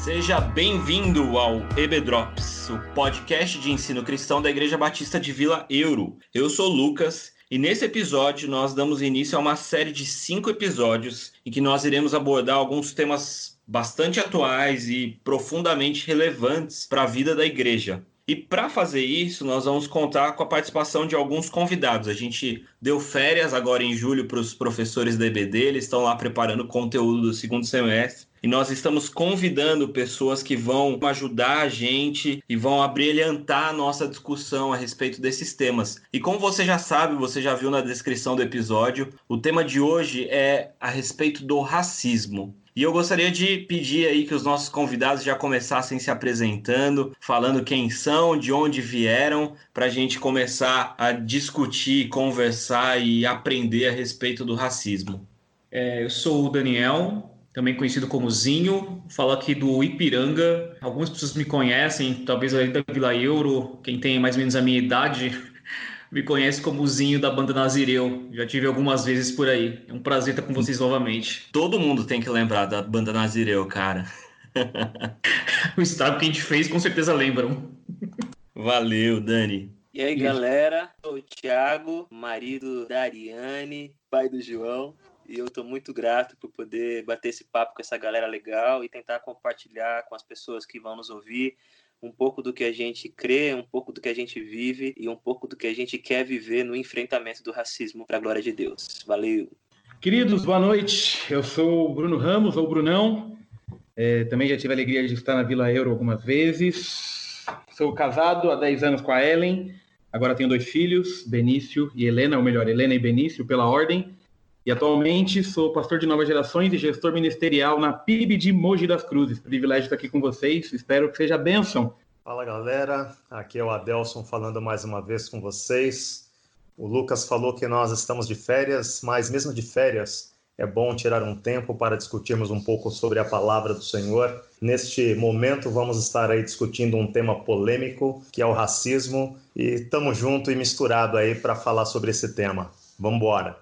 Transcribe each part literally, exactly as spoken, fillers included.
Seja bem-vindo ao E B Drops, o podcast de ensino cristão da Igreja Batista de Vila Euro. Eu sou o Lucas e nesse episódio nós damos início a uma série de cinco episódios em que nós iremos abordar alguns temas bastante atuais e profundamente relevantes para a vida da igreja. E para fazer isso, nós vamos contar com a participação de alguns convidados. A gente deu férias agora em julho para os professores da E B D, eles estão lá preparando conteúdo do segundo semestre. E nós estamos convidando pessoas que vão ajudar a gente e vão abrilhantar a nossa discussão a respeito desses temas. E como você já sabe, você já viu na descrição do episódio, o tema de hoje é a respeito do racismo. E eu gostaria de pedir aí que os nossos convidados já começassem se apresentando, falando quem são, de onde vieram, para a gente começar a discutir, conversar e aprender a respeito do racismo. É, eu sou o Daniel, também conhecido como Zinho, falo aqui do Ipiranga. Algumas pessoas me conhecem, talvez aí da Vila Euro, quem tem mais ou menos a minha idade, me conhece como Zinho da banda Nazireu. Já tive algumas vezes por aí. É um prazer estar com vocês novamente. Todo mundo tem que lembrar da banda Nazireu, cara. O estrago que a gente fez, com certeza lembram. Valeu, Dani. E aí, galera, eu sou o Thiago, marido da Ariane, pai do João. E eu estou muito grato por poder bater esse papo com essa galera legal e tentar compartilhar com as pessoas que vão nos ouvir um pouco do que a gente crê, um pouco do que a gente vive e um pouco do que a gente quer viver no enfrentamento do racismo para a glória de Deus. Valeu! Queridos, boa noite. Eu sou o Bruno Ramos, ou Brunão. É, também já tive a alegria de estar na Vila Euro algumas vezes. Sou casado há dez anos com a Ellen. Agora tenho dois filhos, Benício e Helena, ou melhor, Helena e Benício, pela ordem. E atualmente sou pastor de novas gerações e gestor ministerial na P I B de Mogi das Cruzes. Privilégio estar aqui com vocês, espero que seja bênção. Fala, galera, aqui é o Adelson falando mais uma vez com vocês. O Lucas falou que nós estamos de férias, mas mesmo de férias é bom tirar um tempo para discutirmos um pouco sobre a palavra do Senhor. Neste momento vamos estar aí discutindo um tema polêmico, que é o racismo, e estamos junto e misturado aí para falar sobre esse tema. Vamos embora!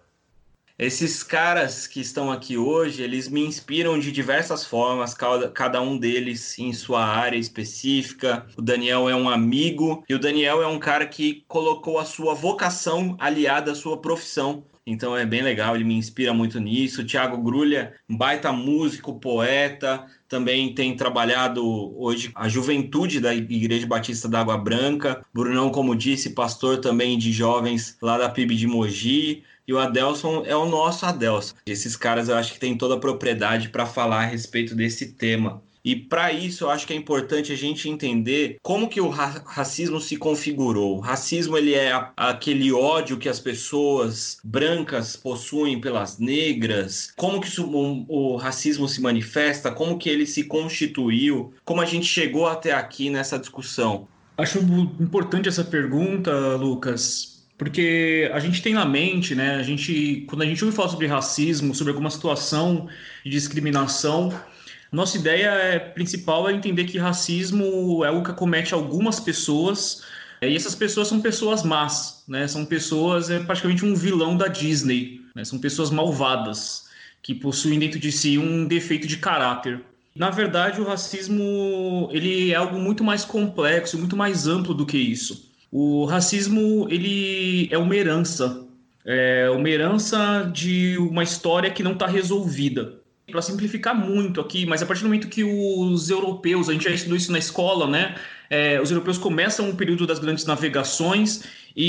Esses caras que estão aqui hoje, eles me inspiram de diversas formas, cada, cada um deles em sua área específica. O Daniel é um amigo e o Daniel é um cara que colocou a sua vocação aliada à sua profissão. Então é bem legal, ele me inspira muito nisso. O Thiago Grulha, um baita músico, poeta, também tem trabalhado hoje a juventude da Igreja Batista da Água Branca. Brunão, como disse, pastor também de jovens lá da P I B de Mogi. E o Adelson é o nosso Adelson. Esses caras eu acho que têm toda a propriedade para falar a respeito desse tema. E para isso eu acho que é importante a gente entender como que o ra- racismo se configurou. O racismo ele é a, aquele ódio que as pessoas brancas possuem pelas negras. Como que isso, o, o racismo se manifesta, como que ele se constituiu, como a gente chegou até aqui nessa discussão. Acho importante essa pergunta, Lucas, porque a gente tem na mente, né, a gente, quando a gente ouve falar sobre racismo, sobre alguma situação de discriminação, nossa ideia é, principal é entender que racismo é algo que acomete algumas pessoas, e essas pessoas são pessoas más, né, são pessoas, é praticamente um vilão da Disney, né, são pessoas malvadas, que possuem dentro de si um defeito de caráter. Na verdade, o racismo ele é algo muito mais complexo, muito mais amplo do que isso. O racismo ele é uma herança, é uma herança de uma história que não está resolvida. Para simplificar muito aqui, mas a partir do momento que os europeus, a gente já estudou isso na escola, né? É, os europeus começam o período das grandes navegações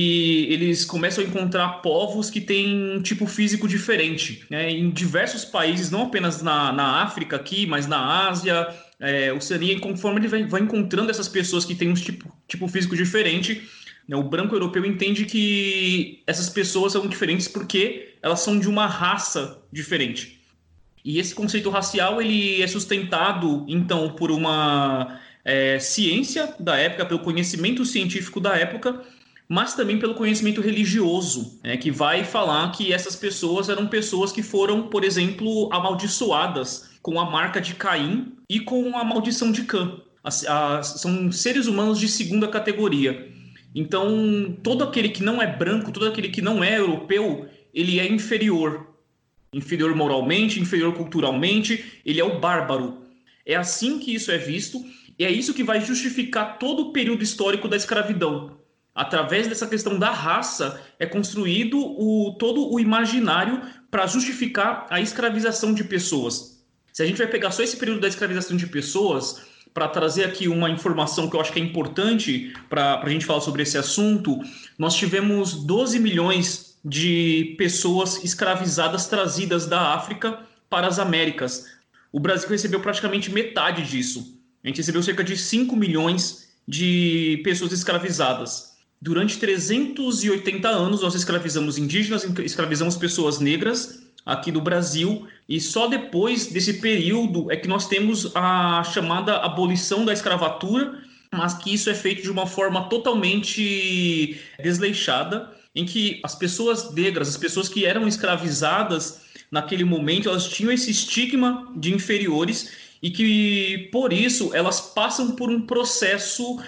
e eles começam a encontrar povos que têm um tipo físico diferente, né? Em diversos países, não apenas na, na África aqui, mas na Ásia, é, Oceania, e conforme ele vai, vai encontrando essas pessoas que têm um tipo, tipo físico diferente, né, o branco europeu entende que essas pessoas são diferentes porque elas são de uma raça diferente. E esse conceito racial ele é sustentado, então, por uma é, ciência da época, pelo conhecimento científico da época, mas também pelo conhecimento religioso, né, que vai falar que essas pessoas eram pessoas que foram, por exemplo, amaldiçoadas com a marca de Caim e com a maldição de Cã. As, as, são seres humanos de segunda categoria. Então, todo aquele que não é branco, todo aquele que não é europeu, ele é inferior. Inferior moralmente, inferior culturalmente, ele é o bárbaro. É assim que isso é visto, e é isso que vai justificar todo o período histórico da escravidão. Através dessa questão da raça é construído o, todo o imaginário para justificar a escravização de pessoas. Se a gente vai pegar só esse período da escravização de pessoas, para trazer aqui uma informação que eu acho que é importante para a gente falar sobre esse assunto, nós tivemos doze milhões de pessoas escravizadas trazidas da África para as Américas. O Brasil recebeu praticamente metade disso. A gente recebeu cerca de cinco milhões de pessoas escravizadas. Durante trezentos e oitenta anos, nós escravizamos indígenas, escravizamos pessoas negras aqui do Brasil, e só depois desse período é que nós temos a chamada abolição da escravatura, mas que isso é feito de uma forma totalmente desleixada, em que as pessoas negras, as pessoas que eram escravizadas naquele momento, elas tinham esse estigma de inferiores, e que, por isso, elas passam por um processo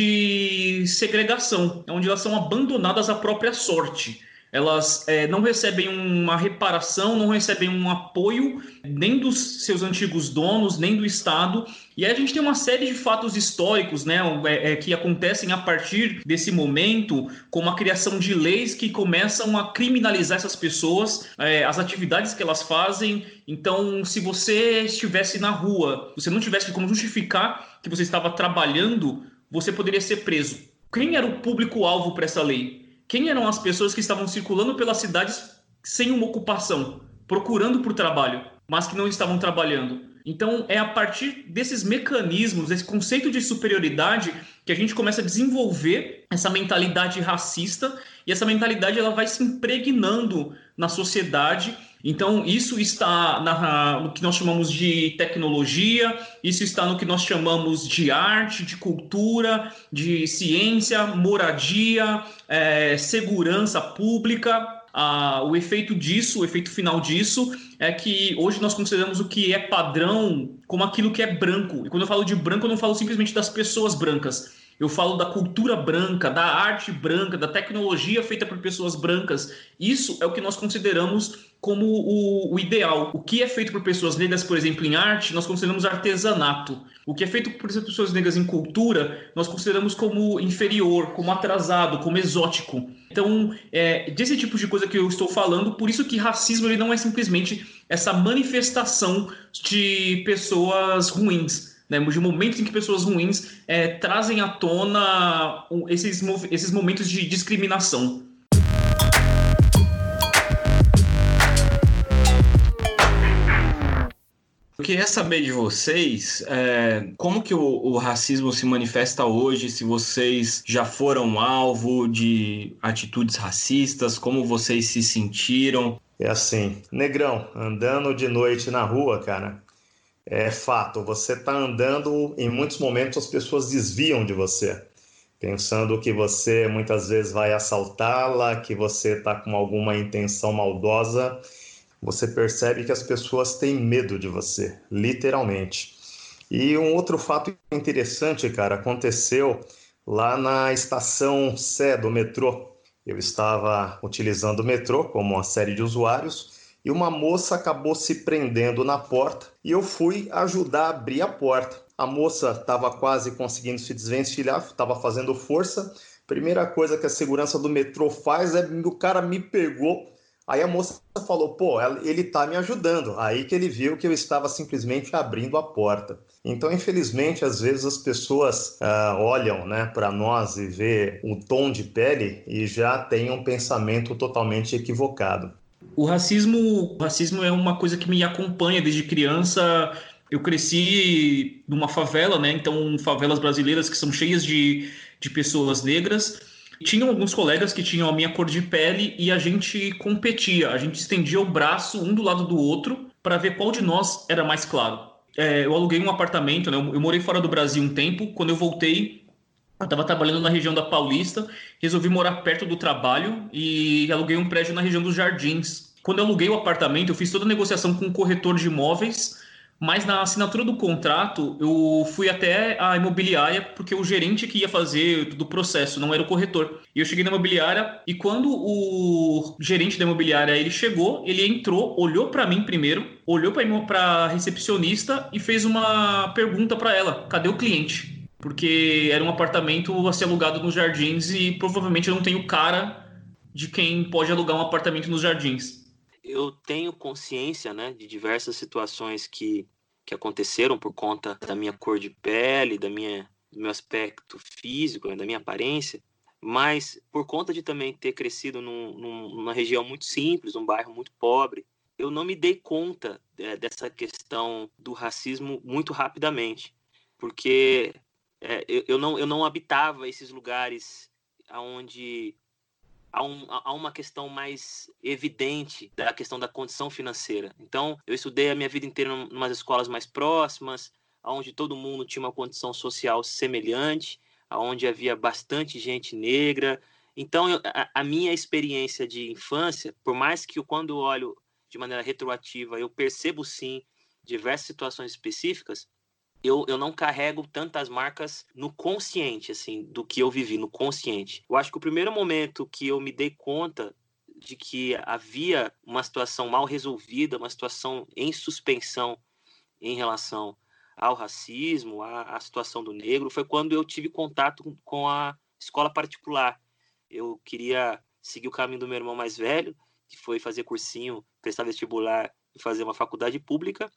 de segregação, onde elas são abandonadas à própria sorte. Elas é, não recebem uma reparação, não recebem um apoio nem dos seus antigos donos, nem do Estado. E aí a gente tem uma série de fatos históricos, né, é, é, que acontecem a partir desse momento, como a criação de leis que começam a criminalizar essas pessoas, é, as atividades que elas fazem. Então, se você estivesse na rua, você não tivesse como justificar que você estava trabalhando, você poderia ser preso. Quem era o público-alvo para essa lei? Quem eram as pessoas que estavam circulando pelas cidades sem uma ocupação, procurando por trabalho, mas que não estavam trabalhando? Então, é a partir desses mecanismos, desse conceito de superioridade, que a gente começa a desenvolver essa mentalidade racista, e essa mentalidade ela vai se impregnando na sociedade. Então, isso está na, no que nós chamamos de tecnologia, isso está no que nós chamamos de arte, de cultura, de ciência, moradia, é, segurança pública. Ah, o efeito disso, o efeito final disso é que hoje nós consideramos o que é padrão como aquilo que é branco. E quando eu falo de branco, eu não falo simplesmente das pessoas brancas. Eu falo da cultura branca, da arte branca, da tecnologia feita por pessoas brancas. Isso é o que nós consideramos como o, o ideal. O que é feito por pessoas negras, por exemplo, em arte, nós consideramos artesanato. O que é feito por pessoas negras em cultura, nós consideramos como inferior, como atrasado, como exótico. Então, é desse tipo de coisa que eu estou falando, por isso que racismo ele não é simplesmente essa manifestação de pessoas ruins, né, de momentos em que pessoas ruins é, trazem à tona esses, esses momentos de discriminação. Eu queria saber de vocês é, como que o, o racismo se manifesta hoje, se vocês já foram alvo de atitudes racistas, como vocês se sentiram. É assim, negrão, andando de noite na rua, cara, é fato, você tá andando, em muitos momentos as pessoas desviam de você, pensando que você muitas vezes vai assaltá-la, que você tá com alguma intenção maldosa. Você percebe que as pessoas têm medo de você, literalmente. E um outro fato interessante, cara, aconteceu lá na estação Sé do metrô. Eu estava utilizando o metrô como uma série de usuários e uma moça acabou se prendendo na porta e eu fui ajudar a abrir a porta. A moça estava quase conseguindo se desvencilhar, estava fazendo força. Primeira coisa que a segurança do metrô faz é o cara me pegou. Aí a moça falou, pô, ele tá me ajudando. Aí que ele viu que eu estava simplesmente abrindo a porta. Então, infelizmente, às vezes as pessoas uh, olham, né, para nós e vê o tom de pele e já tem um pensamento totalmente equivocado. O racismo, o racismo é uma coisa que me acompanha desde criança. Eu cresci numa favela, né? Então, favelas brasileiras que são cheias de, de pessoas negras. Tinham alguns colegas que tinham a minha cor de pele e a gente competia, a gente estendia o braço um do lado do outro para ver qual de nós era mais claro. É, eu aluguei um apartamento, né? eu, eu morei fora do Brasil um tempo, quando eu voltei, eu estava trabalhando na região da Paulista, resolvi morar perto do trabalho e aluguei um prédio na região dos Jardins. Quando eu aluguei o apartamento, eu fiz toda a negociação com o corretor de imóveis Mas na assinatura do contrato, eu fui até a imobiliária, porque o gerente que ia fazer todo o processo, não era o corretor. E eu cheguei na imobiliária e quando o gerente da imobiliária ele chegou, ele entrou, olhou para mim primeiro, olhou para a recepcionista e fez uma pergunta para ela: cadê o cliente? Porque era um apartamento a ser alugado nos Jardins e provavelmente eu não tenho cara de quem pode alugar um apartamento nos Jardins. Eu tenho consciência, né, de diversas situações que, que aconteceram por conta da minha cor de pele, da minha, do meu aspecto físico, né, da minha aparência, mas por conta de também ter crescido num, num, numa região muito simples, um bairro muito pobre, eu não me dei conta é, dessa questão do racismo muito rapidamente, porque é, eu, eu, não, eu não habitava esses lugares onde há, um, há uma questão mais evidente da questão da condição financeira. Então, eu estudei a minha vida inteira em umas escolas mais próximas, onde todo mundo tinha uma condição social semelhante, onde havia bastante gente negra. Então, eu, a, a minha experiência de infância, por mais que eu, quando eu olho de maneira retroativa, eu percebo, sim, diversas situações específicas, Eu, eu não carrego tantas marcas no consciente, assim, do que eu vivi, no consciente. Eu acho que o primeiro momento que eu me dei conta de que havia uma situação mal resolvida, uma situação em suspensão em relação ao racismo, à, à situação do negro, foi quando eu tive contato com a escola particular. Eu queria seguir o caminho do meu irmão mais velho, que foi fazer cursinho, prestar vestibular e fazer uma faculdade pública.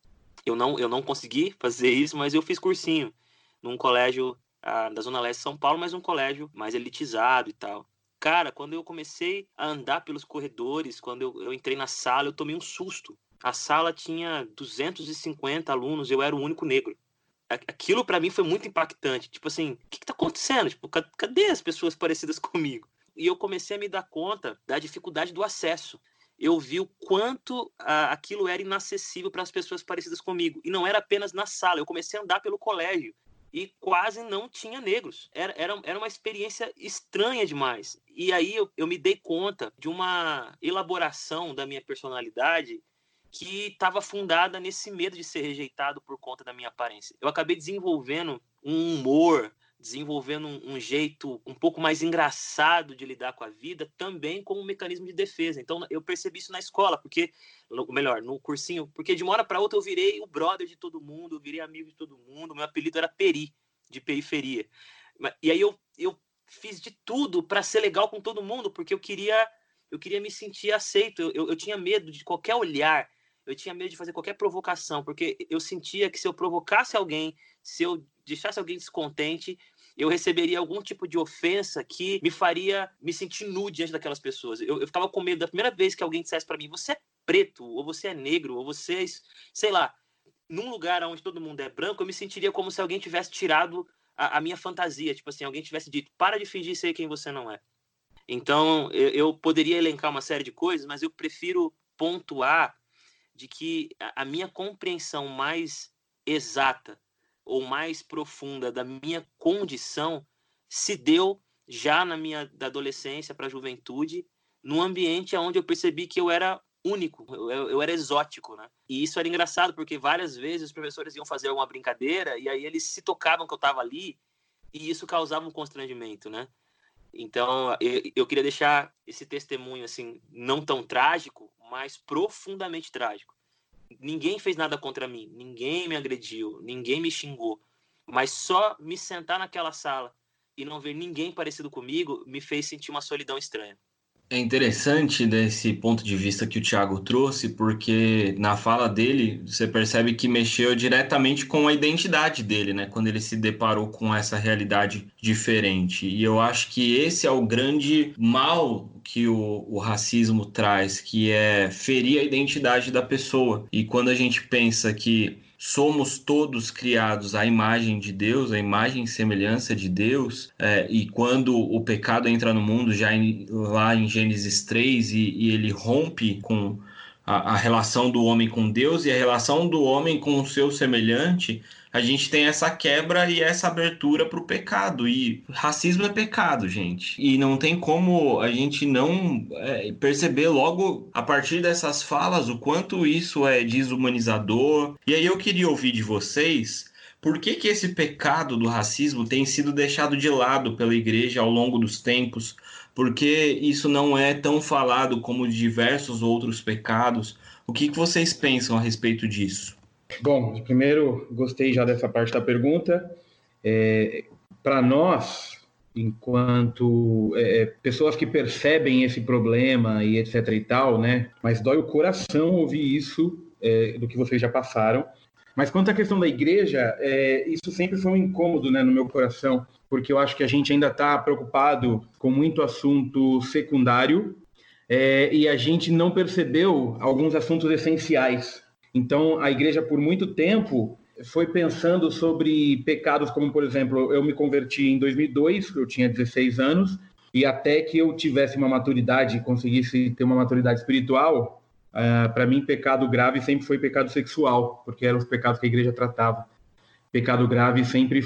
Eu não, eu não consegui fazer isso, mas eu fiz cursinho num colégio ah, da Zona Leste de São Paulo, mas um colégio mais elitizado e tal. Cara, quando eu comecei a andar pelos corredores, quando eu, eu entrei na sala, eu tomei um susto. A sala tinha duzentos e cinquenta alunos, eu era o único negro. Aquilo para mim foi muito impactante. Tipo assim, o que, que tá acontecendo? Tipo, cadê as pessoas parecidas comigo? E eu comecei a me dar conta da dificuldade do acesso. Eu vi o quanto ah, aquilo era inacessível para as pessoas parecidas comigo. E não era apenas na sala. Eu comecei a andar pelo colégio e quase não tinha negros. Era, era, era uma experiência estranha demais. E aí eu, eu me dei conta de uma elaboração da minha personalidade que estava fundada nesse medo de ser rejeitado por conta da minha aparência. Eu acabei desenvolvendo um humor, desenvolvendo um, um jeito um pouco mais engraçado de lidar com a vida, também como um mecanismo de defesa. Então, eu percebi isso na escola, porque, ou melhor, no cursinho, porque de uma hora para outra eu virei o brother de todo mundo, eu virei amigo de todo mundo, meu apelido era Peri, de periferia. E aí eu, eu fiz de tudo para ser legal com todo mundo, porque eu queria, eu queria me sentir aceito, eu, eu, eu tinha medo de qualquer olhar, eu tinha medo de fazer qualquer provocação, porque eu sentia que se eu provocasse alguém, se eu deixasse alguém descontente, eu receberia algum tipo de ofensa que me faria me sentir nu diante daquelas pessoas. Eu, eu ficava com medo da primeira vez que alguém dissesse para mim: você é preto, ou você é negro, ou você é, sei lá, num lugar onde todo mundo é branco, eu me sentiria como se alguém tivesse tirado a, a minha fantasia, tipo assim, alguém tivesse dito: para de fingir ser quem você não é. Então, eu, eu poderia elencar uma série de coisas, mas eu prefiro pontuar de que a, a minha compreensão mais exata ou mais profunda da minha condição se deu já na minha da adolescência para a juventude, num ambiente onde eu percebi que eu era único, eu, eu, eu era exótico, né? E isso era engraçado, porque várias vezes os professores iam fazer alguma brincadeira e aí eles se tocavam que eu estava ali e isso causava um constrangimento, né? Então, eu, eu queria deixar esse testemunho, assim, não tão trágico, mas profundamente trágico. Ninguém fez nada contra mim, ninguém me agrediu, ninguém me xingou, mas só me sentar naquela sala e não ver ninguém parecido comigo me fez sentir uma solidão estranha. É interessante desse ponto de vista que o Thiago trouxe, porque na fala dele você percebe que mexeu diretamente com a identidade dele, né? Quando ele se deparou com essa realidade diferente. E eu acho que esse é o grande mal que o, o racismo traz, que é ferir a identidade da pessoa. E quando a gente pensa que somos todos criados à imagem de Deus, à imagem e semelhança de Deus, é, e quando o pecado entra no mundo, já em, lá em Gênesis três, e, e ele rompe com, a, a relação do homem com Deus e a relação do homem com o seu semelhante, a gente tem essa quebra e essa abertura para o pecado. E racismo é pecado, gente. E não tem como a gente não é, perceber logo, a partir dessas falas, o quanto isso é desumanizador. E aí eu queria ouvir de vocês, por que que esse pecado do racismo tem sido deixado de lado pela igreja ao longo dos tempos? Por que isso não é tão falado como diversos outros pecados? O que que vocês pensam a respeito disso? Bom, primeiro, gostei já dessa parte da pergunta. É, para nós, enquanto é, pessoas que percebem esse problema e etc e tal, né? Mas dói o coração ouvir isso é, do que vocês já passaram. Mas quanto à questão da igreja, é, isso sempre foi um incômodo, né, no meu coração, porque eu acho que a gente ainda está preocupado com muito assunto secundário é, e a gente não percebeu alguns assuntos essenciais. Então, a igreja, por muito tempo, foi pensando sobre pecados como, por exemplo, eu me converti em dois mil e dois, eu tinha dezesseis anos, e até que eu tivesse uma maturidade, conseguisse ter uma maturidade espiritual, uh, para mim, pecado grave sempre foi pecado sexual, porque eram os pecados que a igreja tratava. Pecado grave sempre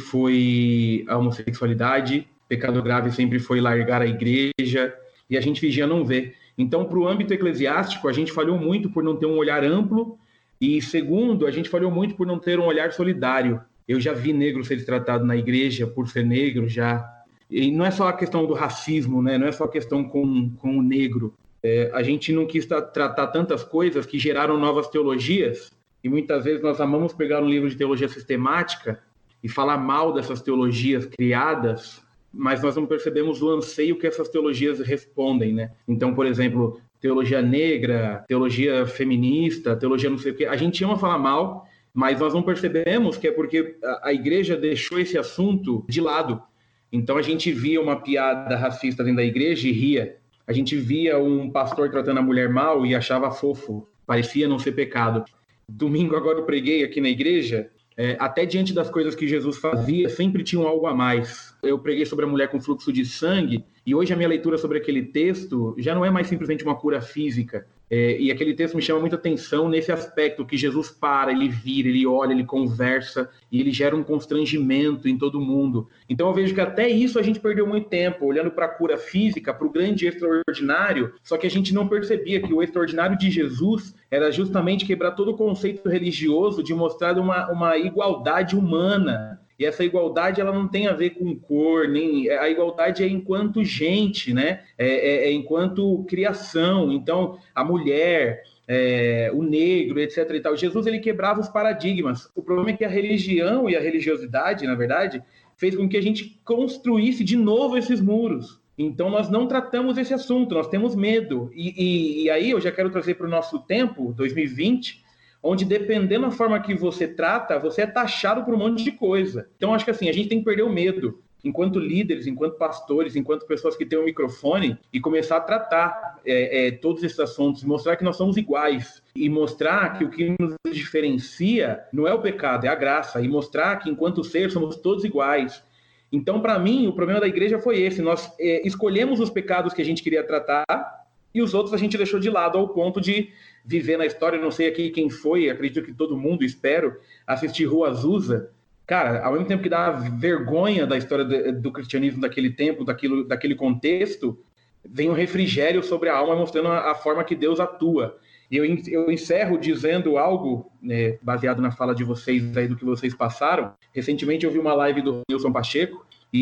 foi a homossexualidade, pecado grave sempre foi largar a igreja, e a gente fingia não ver. Então, para o âmbito eclesiástico, a gente falhou muito por não ter um olhar amplo. E segundo, a gente falhou muito por não ter um olhar solidário. Eu já vi negro ser tratado na igreja por ser negro, já. E não é só a questão do racismo, né? Não é só a questão com, com o negro. É, a gente não quis tra- tratar tantas coisas que geraram novas teologias, e muitas vezes nós amamos pegar um livro de teologia sistemática e falar mal dessas teologias criadas, mas nós não percebemos o anseio que essas teologias respondem, né? Então, por exemplo, teologia negra, teologia feminista, teologia não sei o quê. A gente ama falar mal, mas nós não percebemos que é porque a igreja deixou esse assunto de lado. Então a gente via uma piada racista dentro da igreja e ria. A gente via um pastor tratando a mulher mal e achava fofo. Parecia não ser pecado. Domingo agora eu preguei aqui na igreja, é, até diante das coisas que Jesus fazia, sempre tinha algo a mais. Eu preguei sobre a mulher com fluxo de sangue, e hoje a minha leitura sobre aquele texto já não é mais simplesmente uma cura física. É, e aquele texto me chama muita atenção nesse aspecto que Jesus para, ele vira, ele olha, ele conversa, e ele gera um constrangimento em todo mundo. Então eu vejo que até isso a gente perdeu muito tempo, olhando para a cura física, para o grande extraordinário, só que a gente não percebia que o extraordinário de Jesus era justamente quebrar todo o conceito religioso de mostrar uma, uma igualdade humana. E essa igualdade, ela não tem a ver com cor, nem a igualdade é enquanto gente, né? É, é, é enquanto criação. Então, a mulher, é, o negro, etc e tal. Jesus, ele quebrava os paradigmas. O problema é que a religião e a religiosidade, na verdade, fez com que a gente construísse de novo esses muros. Então, nós não tratamos esse assunto, nós temos medo. E, e, e aí, eu já quero trazer para o nosso tempo, dois mil e vinte, onde, dependendo da forma que você trata, você é taxado por um monte de coisa. Então, acho que assim, a gente tem que perder o medo, enquanto líderes, enquanto pastores, enquanto pessoas que têm um microfone, e começar a tratar é, é, todos esses assuntos, mostrar que nós somos iguais, e mostrar que o que nos diferencia não é o pecado, é a graça, e mostrar que, enquanto ser, somos todos iguais. Então, para mim, o problema da igreja foi esse, nós é, escolhemos os pecados que a gente queria tratar, e os outros a gente deixou de lado ao ponto de viver na história. Não sei aqui quem foi, acredito que todo mundo, espero, assistir Rua Azusa. Cara, ao mesmo tempo que dá vergonha da história do, do cristianismo daquele tempo, daquilo, daquele contexto, vem um refrigério sobre a alma mostrando a, a forma que Deus atua. E eu, eu encerro dizendo algo, né, baseado na fala de vocês aí, do que vocês passaram. Recentemente eu vi uma live do Nilson Pacheco,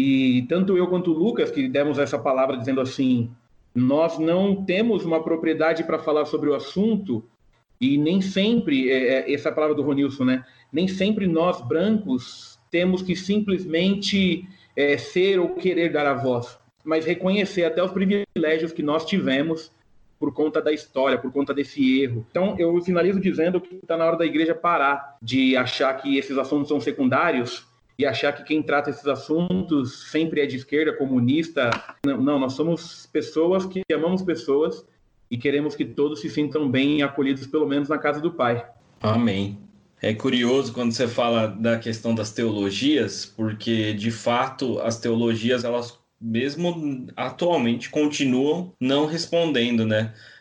e tanto eu quanto o Lucas, que demos essa palavra dizendo assim: nós não temos uma propriedade para falar sobre o assunto, e nem sempre, é, essa é a palavra do Ronilson, né? Nem sempre nós, brancos, temos que simplesmente é, ser ou querer dar a voz, mas reconhecer até os privilégios que nós tivemos por conta da história, por conta desse erro. Então, eu finalizo dizendo que está na hora da igreja parar de achar que esses assuntos são secundários e achar que quem trata esses assuntos sempre é de esquerda, comunista. Não, não, nós somos pessoas que amamos pessoas e queremos que todos se sintam bem acolhidos, pelo menos na casa do Pai. Amém. É curioso quando você fala da questão das teologias, porque, de fato, as teologias, elas, mesmo atualmente, continuam não respondendo, né?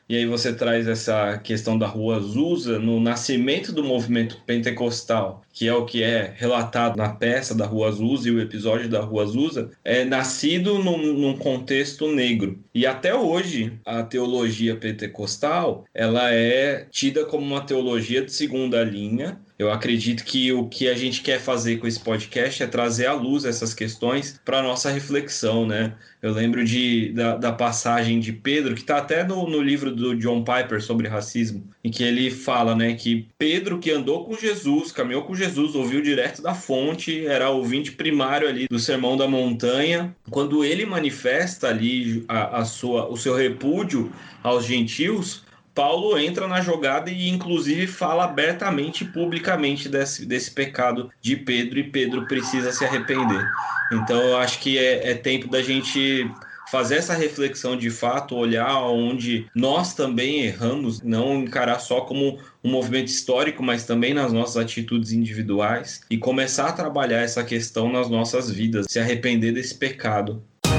e aí você traz essa questão da Rua Azusa, no nascimento do movimento pentecostal, que é o que é relatado na peça da Rua Azusa e o episódio da Rua Azusa, é nascido num, num contexto negro. E até hoje, a teologia pentecostal, ela é tida como uma teologia de segunda linha. Eu acredito que o que a gente quer fazer com esse podcast é trazer à luz essas questões para a nossa reflexão, né? Eu lembro de, da, da passagem de Pedro, que está até no, no livro do John Piper sobre racismo, em que ele fala, né, que Pedro, que andou com Jesus, caminhou com Jesus, ouviu direto da fonte, era ouvinte primário ali do Sermão da Montanha, quando ele manifesta ali a, a sua, o seu repúdio aos gentios, Paulo entra na jogada e inclusive fala abertamente e publicamente desse, desse pecado de Pedro, e Pedro precisa se arrepender. Então eu acho que é, é tempo da gente fazer essa reflexão de fato, olhar onde nós também erramos, não encarar só como um movimento histórico, mas também nas nossas atitudes individuais, e começar a trabalhar essa questão nas nossas vidas, se arrepender desse pecado.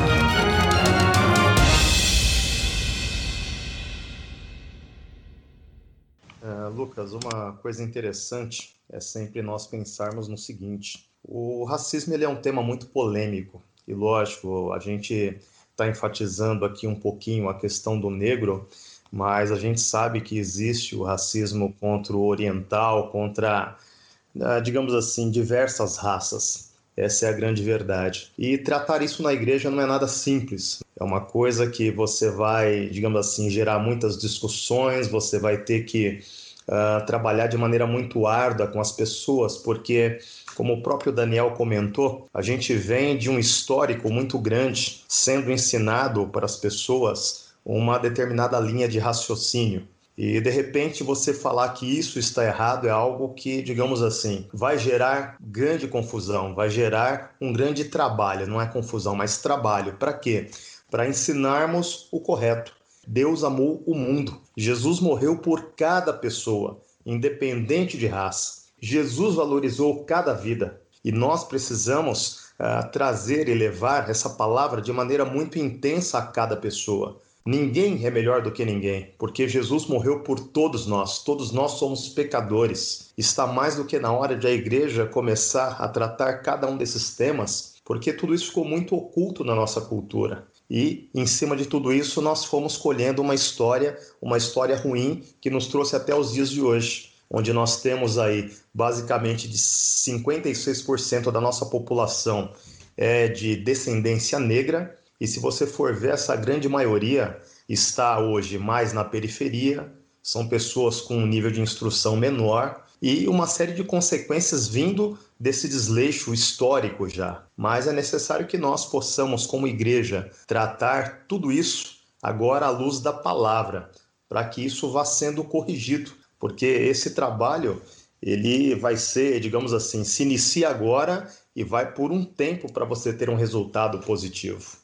Uh, Lucas, uma coisa interessante é sempre nós pensarmos no seguinte: o racismo ele é um tema muito polêmico e, lógico, a gente está enfatizando aqui um pouquinho a questão do negro, mas a gente sabe que existe o racismo contra o oriental, contra, uh, digamos assim, diversas raças. Essa é a grande verdade. E tratar isso na igreja não é nada simples. É uma coisa que você vai, digamos assim, gerar muitas discussões, você vai ter que uh, trabalhar de maneira muito árdua com as pessoas, porque, como o próprio Daniel comentou, a gente vem de um histórico muito grande sendo ensinado para as pessoas uma determinada linha de raciocínio. E, de repente, você falar que isso está errado é algo que, digamos assim, vai gerar grande confusão, vai gerar um grande trabalho, não é confusão, mas trabalho. Para quê? Para ensinarmos o correto. Deus amou o mundo. Jesus morreu por cada pessoa, independente de raça. Jesus valorizou cada vida. E nós precisamos uh, trazer e levar essa palavra de maneira muito intensa a cada pessoa. Ninguém é melhor do que ninguém, porque Jesus morreu por todos nós, todos nós somos pecadores. Está mais do que na hora de a igreja começar a tratar cada um desses temas, porque tudo isso ficou muito oculto na nossa cultura. E, em cima de tudo isso, nós fomos colhendo uma história, uma história ruim, que nos trouxe até os dias de hoje, onde nós temos aí, basicamente, de cinquenta e seis por cento da nossa população é de descendência negra. E se você for ver, essa grande maioria está hoje mais na periferia, são pessoas com um nível de instrução menor e uma série de consequências vindo desse desleixo histórico já. Mas é necessário que nós possamos, como igreja, tratar tudo isso agora à luz da palavra, para que isso vá sendo corrigido, porque esse trabalho ele vai ser, digamos assim, se inicia agora e vai por um tempo para você ter um resultado positivo.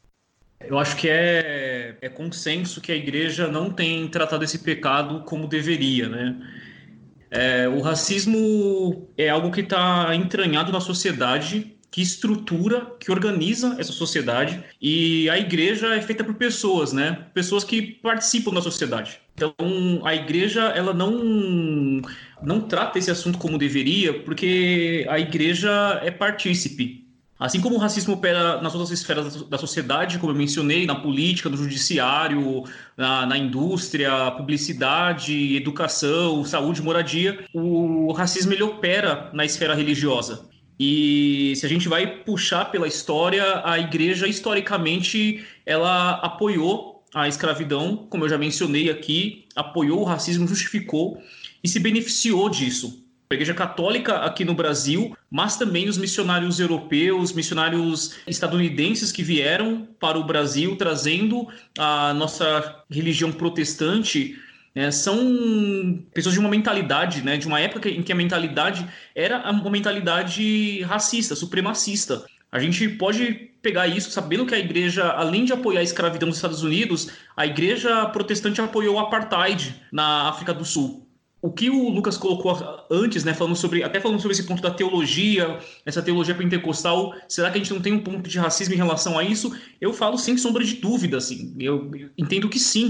Eu acho que é, é consenso que a igreja não tem tratado esse pecado como deveria, né? É, o racismo é algo que está entranhado na sociedade, que estrutura, que organiza essa sociedade, e a igreja é feita por pessoas, né? Pessoas que participam da sociedade. Então, a igreja ela não, não trata esse assunto como deveria, porque a igreja é partícipe. Assim como o racismo opera nas outras esferas da sociedade, como eu mencionei, na política, no judiciário, na, na indústria, publicidade, educação, saúde, moradia, o racismo ele opera na esfera religiosa. E se a gente vai puxar pela história, a igreja, historicamente, ela apoiou a escravidão, como eu já mencionei aqui, apoiou o racismo, justificou e se beneficiou disso. A Igreja Católica aqui no Brasil, mas também os missionários europeus, missionários estadunidenses que vieram para o Brasil trazendo a nossa religião protestante, né, são pessoas de uma mentalidade, né, de uma época em que a mentalidade era uma mentalidade racista, supremacista. A gente pode pegar isso sabendo que a igreja, além de apoiar a escravidão nos Estados Unidos, a igreja protestante apoiou o apartheid na África do Sul. O que o Lucas colocou antes, né, falando sobre, até falando sobre esse ponto da teologia, essa teologia pentecostal, será que a gente não tem um ponto de racismo em relação a isso? Eu falo sem sombra de dúvida, assim, eu entendo que sim.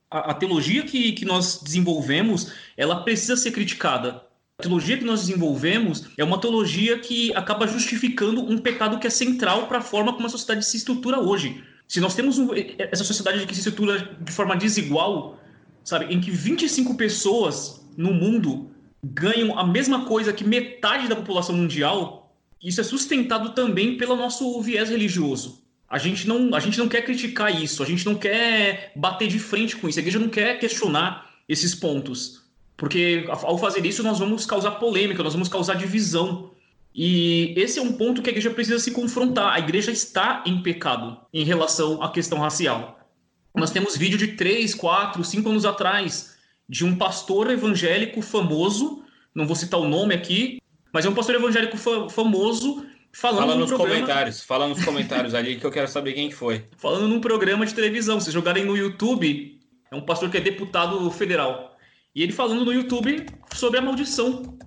A, a teologia que, que nós desenvolvemos, ela precisa ser criticada. A teologia que nós desenvolvemos é uma teologia que acaba justificando um pecado que é central para a forma como a sociedade se estrutura hoje. Se nós temos um, essa sociedade que se estrutura de forma desigual, sabe, em que vinte e cinco pessoas no mundo ganham a mesma coisa que metade da população mundial, isso é sustentado também pelo nosso viés religioso. A gente não, a gente não quer criticar isso, a gente não quer bater de frente com isso, a igreja não quer questionar esses pontos. Porque ao fazer isso nós vamos causar polêmica, nós vamos causar divisão. E esse é um ponto que a igreja precisa se confrontar. A igreja está em pecado em relação à questão racial. Nós temos vídeo de três, quatro, cinco anos atrás de um pastor evangélico famoso, não vou citar o nome aqui, mas é um pastor evangélico fa- famoso falando Fala num nos programa, comentários, fala nos comentários ali que eu quero saber quem foi. falando num programa de televisão. Se jogarem no YouTube, é um pastor que é deputado federal. E ele falando no YouTube sobre a maldição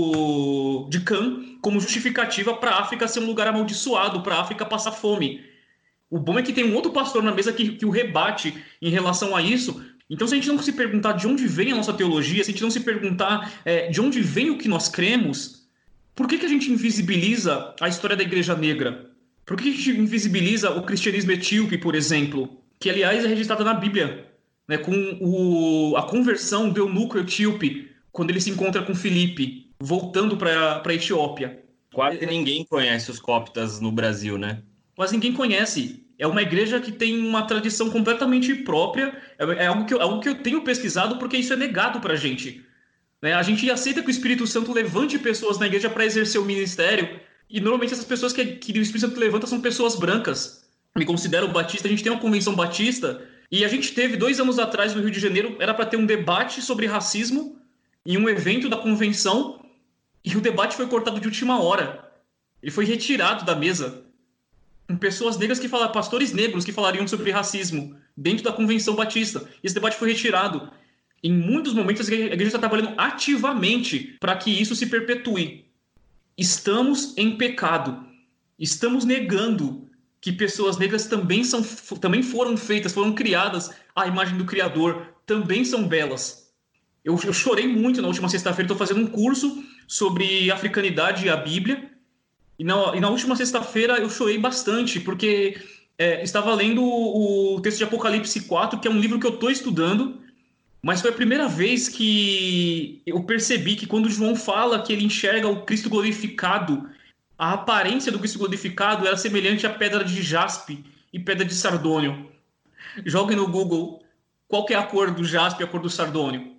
do, de Cã como justificativa para a África ser um lugar amaldiçoado, para a África passar fome. O bom é que tem um outro pastor na mesa que, que o rebate em relação a isso. Então, se a gente não se perguntar de onde vem a nossa teologia, se a gente não se perguntar é, de onde vem o que nós cremos, por que, que a gente invisibiliza a história da Igreja Negra? Por que, que a gente invisibiliza o cristianismo etíope, por exemplo? Que, aliás, é registrado na Bíblia. Né, com o, a conversão do eunuco etíope, quando ele se encontra com Filipe, voltando para a Etiópia. Quase ninguém conhece os coptas no Brasil, né? Mas ninguém conhece. É uma igreja que tem uma tradição completamente própria. É, é algo, que eu, algo que eu tenho pesquisado porque isso é negado para a gente. Né? A gente aceita que o Espírito Santo levante pessoas na igreja para exercer o ministério, e normalmente essas pessoas que, que o Espírito Santo levanta são pessoas brancas. Me considero batista, a gente tem uma convenção batista. E a gente teve, dois anos atrás, no Rio de Janeiro, era para ter um debate sobre racismo em um evento da convenção, e o debate foi cortado de última hora. Ele foi retirado da mesa. Com pessoas negras que falaram, pastores negros que falariam sobre racismo dentro da convenção batista. Esse debate foi retirado. Em muitos momentos, a igreja está trabalhando ativamente para que isso se perpetue. Estamos em pecado. Estamos negando que pessoas negras também, são, também foram feitas, foram criadas à imagem do Criador, também são belas. Eu, eu chorei muito na última sexta-feira, estou fazendo um curso sobre africanidade e a Bíblia, e na, e na última sexta-feira eu chorei bastante, porque é, estava lendo o, o texto de Apocalipse quatro, que é um livro que eu estou estudando, mas foi a primeira vez que eu percebi que quando João fala que ele enxerga o Cristo glorificado, a aparência do Cristo glorificado era semelhante à pedra de jaspe e pedra de sardônio. Joguem no Google qual que é a cor do jaspe e a cor do sardônio.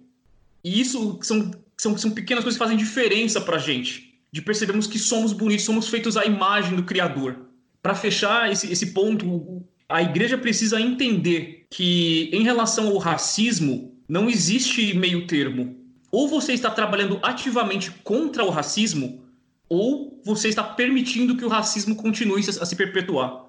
E isso são, são, são pequenas coisas que fazem diferença para a gente, de percebermos que somos bonitos, somos feitos à imagem do Criador. Para fechar esse, esse ponto, a igreja precisa entender que, em relação ao racismo, não existe meio termo. Ou você está trabalhando ativamente contra o racismo, ou você está permitindo que o racismo continue a se perpetuar.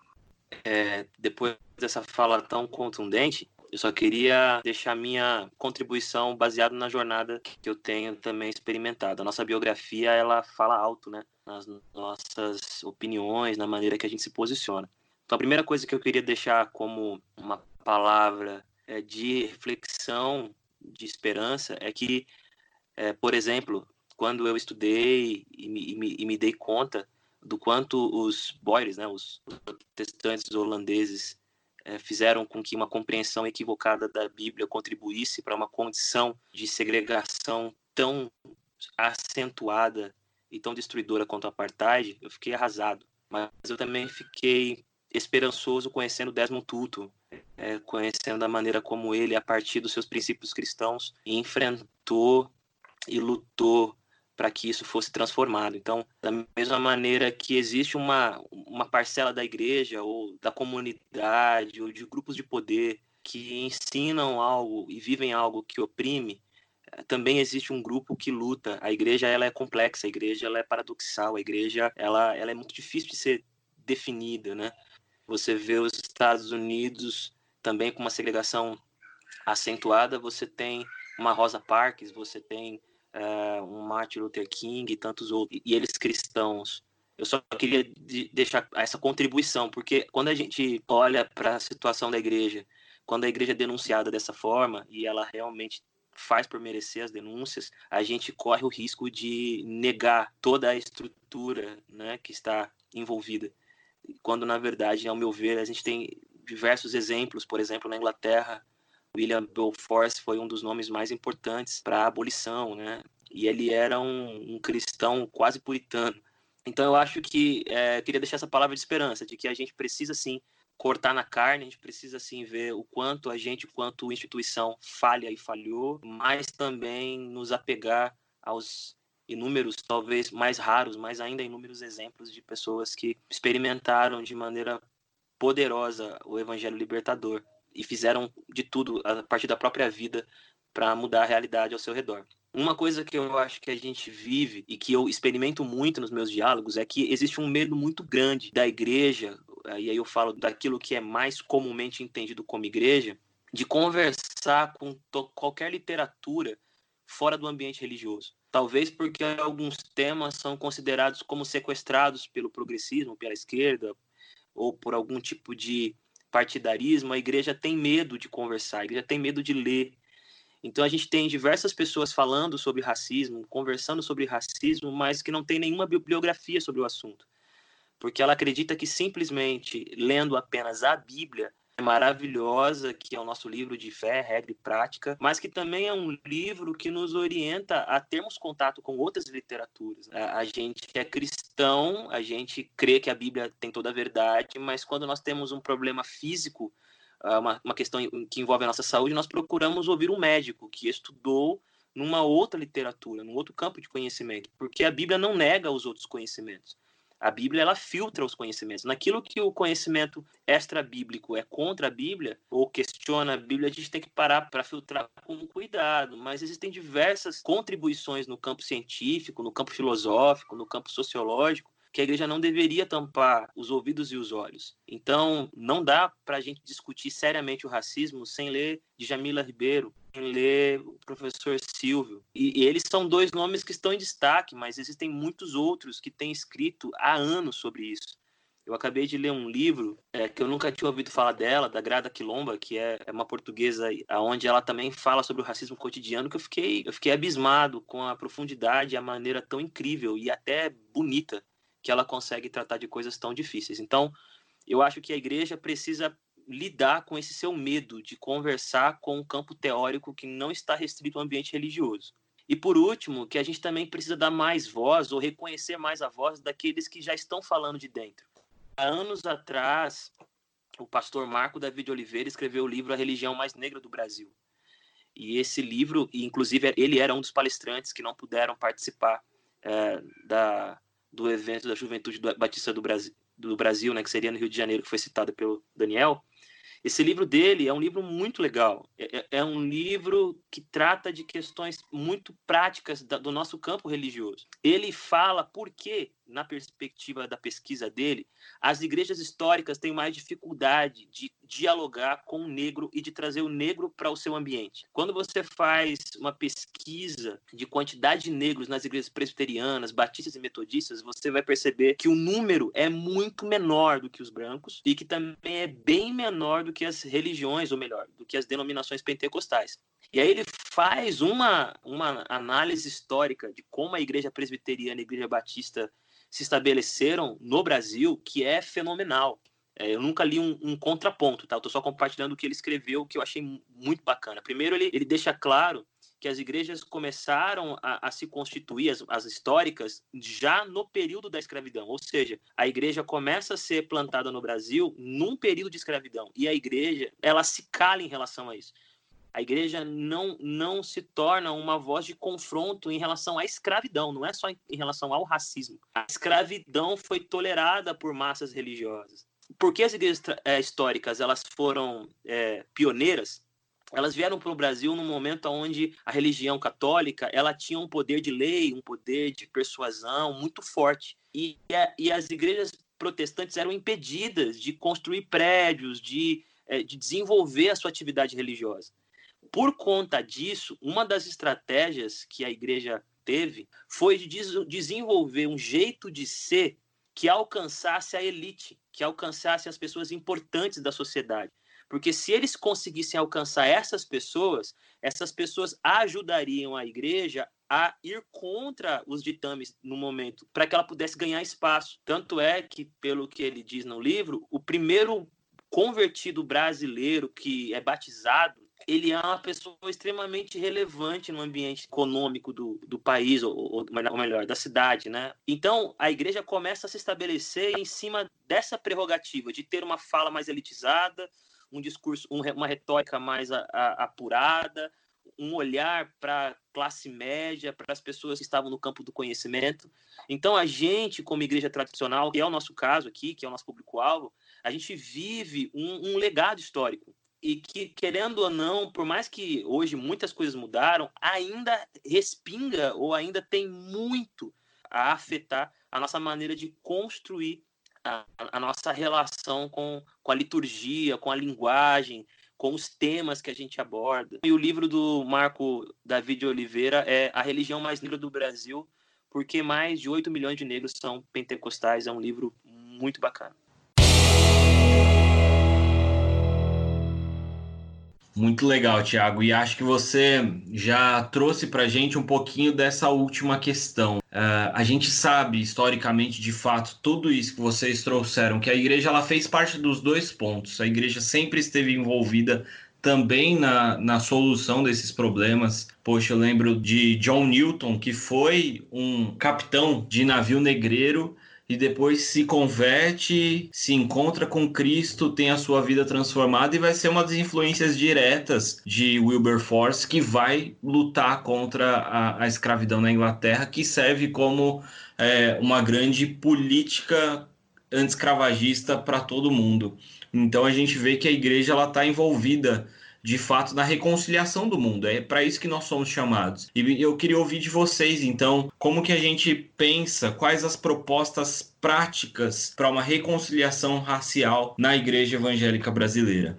É, depois dessa fala tão contundente, eu só queria deixar minha contribuição baseada na jornada que eu tenho também experimentado. A nossa biografia, ela fala alto, né? Nas nossas opiniões, na maneira que a gente se posiciona. Então, a primeira coisa que eu queria deixar como uma palavra é, de reflexão, de esperança, é que, é, por exemplo, quando eu estudei e me, e me, e me dei conta do quanto os boeres, né, os protestantes holandeses, é, fizeram com que uma compreensão equivocada da Bíblia contribuísse para uma condição de segregação tão acentuada e tão destruidora quanto o apartheid, eu fiquei arrasado. Mas eu também fiquei esperançoso conhecendo Desmond Tutu, é, conhecendo a maneira como ele, a partir dos seus princípios cristãos, enfrentou e lutou para que isso fosse transformado. Então, da mesma maneira que existe uma, uma parcela da igreja ou da comunidade ou de grupos de poder que ensinam algo e vivem algo que oprime, também existe um grupo que luta. A igreja, ela é complexa, a igreja, ela é paradoxal, a igreja, ela, ela é muito difícil de ser definida, né? Você vê os Estados Unidos também com uma segregação acentuada, você tem uma Rosa Parks, você tem Uh, um Martin Luther King e tantos outros, e eles cristãos. Eu só queria de deixar essa contribuição, porque quando a gente olha para a situação da igreja quando a igreja é denunciada dessa forma, e ela realmente faz por merecer as denúncias, a gente corre o risco de negar toda a estrutura, né, que está envolvida. Quando, na verdade, ao meu ver, a gente tem diversos exemplos. Por exemplo, na Inglaterra, William Wilberforce foi um dos nomes mais importantes para a abolição, né? E ele era um, um cristão quase puritano. Então, eu acho que é, queria deixar essa palavra de esperança, de que a gente precisa, sim, cortar na carne, a gente precisa, sim, ver o quanto a gente, quanto instituição, falha e falhou, mas também nos apegar aos inúmeros, talvez mais raros, mas ainda inúmeros exemplos de pessoas que experimentaram de maneira poderosa o evangelho libertador e fizeram de tudo a partir da própria vida para mudar a realidade ao seu redor. Uma coisa que eu acho que a gente vive e que eu experimento muito nos meus diálogos é que existe um medo muito grande da igreja, e aí eu falo daquilo que é mais comumente entendido como igreja, de conversar com qualquer literatura fora do ambiente religioso. Talvez porque alguns temas são considerados como sequestrados pelo progressismo, pela esquerda, ou por algum tipo de partidarismo. A igreja tem medo de conversar, a igreja tem medo de ler. Então a gente tem diversas pessoas falando sobre racismo, conversando sobre racismo, mas que não tem nenhuma bibliografia sobre o assunto. Porque ela acredita que simplesmente lendo apenas a Bíblia é maravilhosa, que é o nosso livro de fé, regra e prática, mas que também é um livro que nos orienta a termos contato com outras literaturas. A, a gente é cristão, a gente crê que a Bíblia tem toda a verdade, mas quando nós temos um problema físico, uma, uma questão que envolve a nossa saúde, nós procuramos ouvir um médico que estudou numa outra literatura, num outro campo de conhecimento, porque a Bíblia não nega os outros conhecimentos. A Bíblia, ela filtra os conhecimentos. Naquilo que o conhecimento extra-bíblico é contra a Bíblia, ou questiona a Bíblia, a gente tem que parar para filtrar com cuidado. Mas existem diversas contribuições no campo científico, no campo filosófico, no campo sociológico, que a igreja não deveria tampar os ouvidos e os olhos. Então, não dá para a gente discutir seriamente o racismo sem ler Djamila Ribeiro, sem ler o professor Silvio. E, e eles são dois nomes que estão em destaque, mas existem muitos outros que têm escrito há anos sobre isso. Eu acabei de ler um livro é, que eu nunca tinha ouvido falar dela, da Grada Quilomba, que é, é uma portuguesa, onde ela também fala sobre o racismo cotidiano, que eu fiquei, eu fiquei abismado com a profundidade e a maneira tão incrível e até bonita que ela consegue tratar de coisas tão difíceis. Então, eu acho que a igreja precisa lidar com esse seu medo de conversar com um campo teórico que não está restrito ao ambiente religioso. E, por último, que a gente também precisa dar mais voz ou reconhecer mais a voz daqueles que já estão falando de dentro. Há anos atrás, o pastor Marco David Oliveira escreveu o livro A Religião Mais Negra do Brasil. E esse livro, inclusive, ele era um dos palestrantes que não puderam participar é, da... do evento da Juventude Batista do Brasil, do Brasil, né, que seria no Rio de Janeiro, que foi citado pelo Daniel. Esse livro dele é um livro muito legal. É, é um livro que trata de questões muito práticas da, do nosso campo religioso. Ele fala por que, na perspectiva da pesquisa dele, as igrejas históricas têm mais dificuldade de dialogar com o negro e de trazer o negro para o seu ambiente. Quando você faz uma pesquisa de quantidade de negros nas igrejas presbiterianas, batistas e metodistas, você vai perceber que o número é muito menor do que os brancos e que também é bem menor do que as religiões, ou melhor, do que as denominações pentecostais. E aí ele faz uma, uma análise histórica de como a igreja presbiteriana e a igreja batista se estabeleceram no Brasil, que é fenomenal. É, eu nunca li um, um contraponto, tá? Eu estou só compartilhando o que ele escreveu, que eu achei muito bacana. Primeiro, ele, ele deixa claro que as igrejas começaram a, a se constituir, as, as históricas, já no período da escravidão. Ou seja, a igreja começa a ser plantada no Brasil num período de escravidão. E a igreja, ela se cala em relação a isso. A igreja não, não se torna uma voz de confronto em relação à escravidão, não é só em relação ao racismo. A escravidão foi tolerada por massas religiosas. Porque as igrejas é, históricas elas foram é, pioneiras, elas vieram para o Brasil num momento onde a religião católica ela tinha um poder de lei, um poder de persuasão muito forte. E, e as igrejas protestantes eram impedidas de construir prédios, de, é, de desenvolver a sua atividade religiosa. Por conta disso, uma das estratégias que a igreja teve foi de des- desenvolver um jeito de ser que alcançasse a elite, que alcançasse as pessoas importantes da sociedade. Porque se eles conseguissem alcançar essas pessoas, essas pessoas ajudariam a igreja a ir contra os ditames no momento, para que ela pudesse ganhar espaço. Tanto é que, pelo que ele diz no livro, o primeiro convertido brasileiro que é batizado, ele é uma pessoa extremamente relevante no ambiente econômico do, do país, ou, ou, ou melhor, da cidade, né? Então, a igreja começa a se estabelecer em cima dessa prerrogativa de ter uma fala mais elitizada, um discurso, um, uma retórica mais a, a, apurada, um olhar para a classe média, para as pessoas que estavam no campo do conhecimento. Então, a gente, como igreja tradicional, que é o nosso caso aqui, que é o nosso público-alvo, a gente vive um, um legado histórico. E que, querendo ou não, por mais que hoje muitas coisas mudaram, ainda respinga ou ainda tem muito a afetar a nossa maneira de construir a, a nossa relação com, com a liturgia, com a linguagem, com os temas que a gente aborda. E o livro do Marco David Oliveira é A Religião Mais Negra do Brasil, porque mais de oito milhões de negros são pentecostais. É um livro muito bacana. Muito legal, Thiago. E acho que você já trouxe para a gente um pouquinho dessa última questão. Uh, a gente sabe, historicamente, de fato, tudo isso que vocês trouxeram, que a igreja ela fez parte dos dois pontos. A igreja sempre esteve envolvida também na, na solução desses problemas. Poxa, eu lembro de John Newton, que foi um capitão de navio negreiro, e depois se converte, se encontra com Cristo, tem a sua vida transformada e vai ser uma das influências diretas de Wilberforce, que vai lutar contra a, a escravidão na Inglaterra, que serve como é, uma grande política anti-escravagista para todo mundo. Então a gente vê que a igreja está envolvida de fato na reconciliação do mundo. É para isso que nós somos chamados. E eu queria ouvir de vocês, então, como que a gente pensa, quais as propostas práticas para uma reconciliação racial na igreja evangélica brasileira?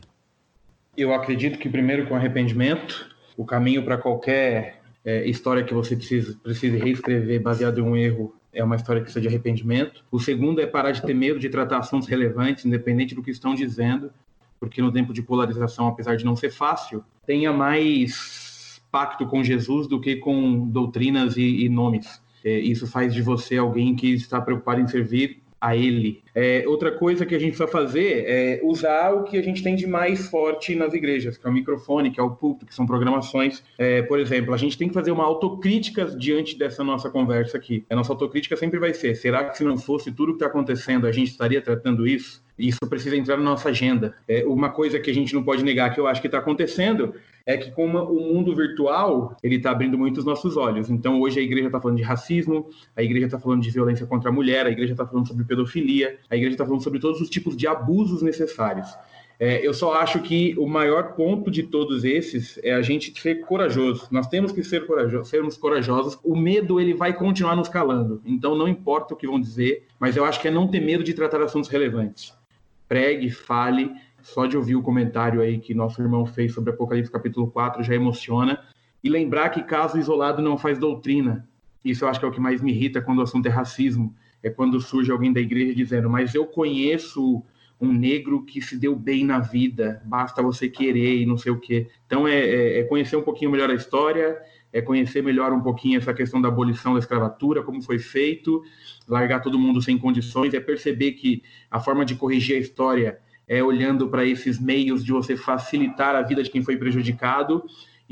Eu acredito que primeiro com arrependimento, o caminho para qualquer é, história que você precise, precise reescrever baseado em um erro é uma história que precisa de arrependimento. O segundo é parar de ter medo de tratar assuntos relevantes, independente do que estão dizendo, porque no tempo de polarização, apesar de não ser fácil, tenha mais pacto com Jesus do que com doutrinas e, e nomes. É, isso faz de você alguém que está preocupado em servir a ele. É, outra coisa que a gente precisa fazer é usar o que a gente tem de mais forte nas igrejas, que é o microfone, que é o púlpito, que são programações. É, por exemplo, a gente tem que fazer uma autocrítica diante dessa nossa conversa aqui. A nossa autocrítica sempre vai ser, será que se não fosse tudo o que está acontecendo, a gente estaria tratando isso? Isso precisa entrar na nossa agenda. É, uma coisa que a gente não pode negar, que eu acho que está acontecendo, é que como o mundo virtual, ele está abrindo muito os nossos olhos. Então, hoje a igreja está falando de racismo, a igreja está falando de violência contra a mulher, a igreja está falando sobre pedofilia, a igreja está falando sobre todos os tipos de abusos necessários. É, eu só acho que o maior ponto de todos esses é a gente ser corajoso. Nós temos que ser corajosos, sermos corajosos. O medo, ele vai continuar nos calando. Então, não importa o que vão dizer, mas eu acho que é não ter medo de tratar assuntos relevantes. Pregue, fale. Só de ouvir o comentário aí que nosso irmão fez sobre Apocalipse capítulo quatro já emociona. E lembrar que caso isolado não faz doutrina. Isso eu acho que é o que mais me irrita quando o assunto é racismo. É quando surge alguém da igreja dizendo, mas eu conheço um negro que se deu bem na vida, basta você querer e não sei o quê. Então é, é, é conhecer um pouquinho melhor a história, é conhecer melhor um pouquinho essa questão da abolição da escravatura, como foi feito, largar todo mundo sem condições, é perceber que a forma de corrigir a história é olhando para esses meios de você facilitar a vida de quem foi prejudicado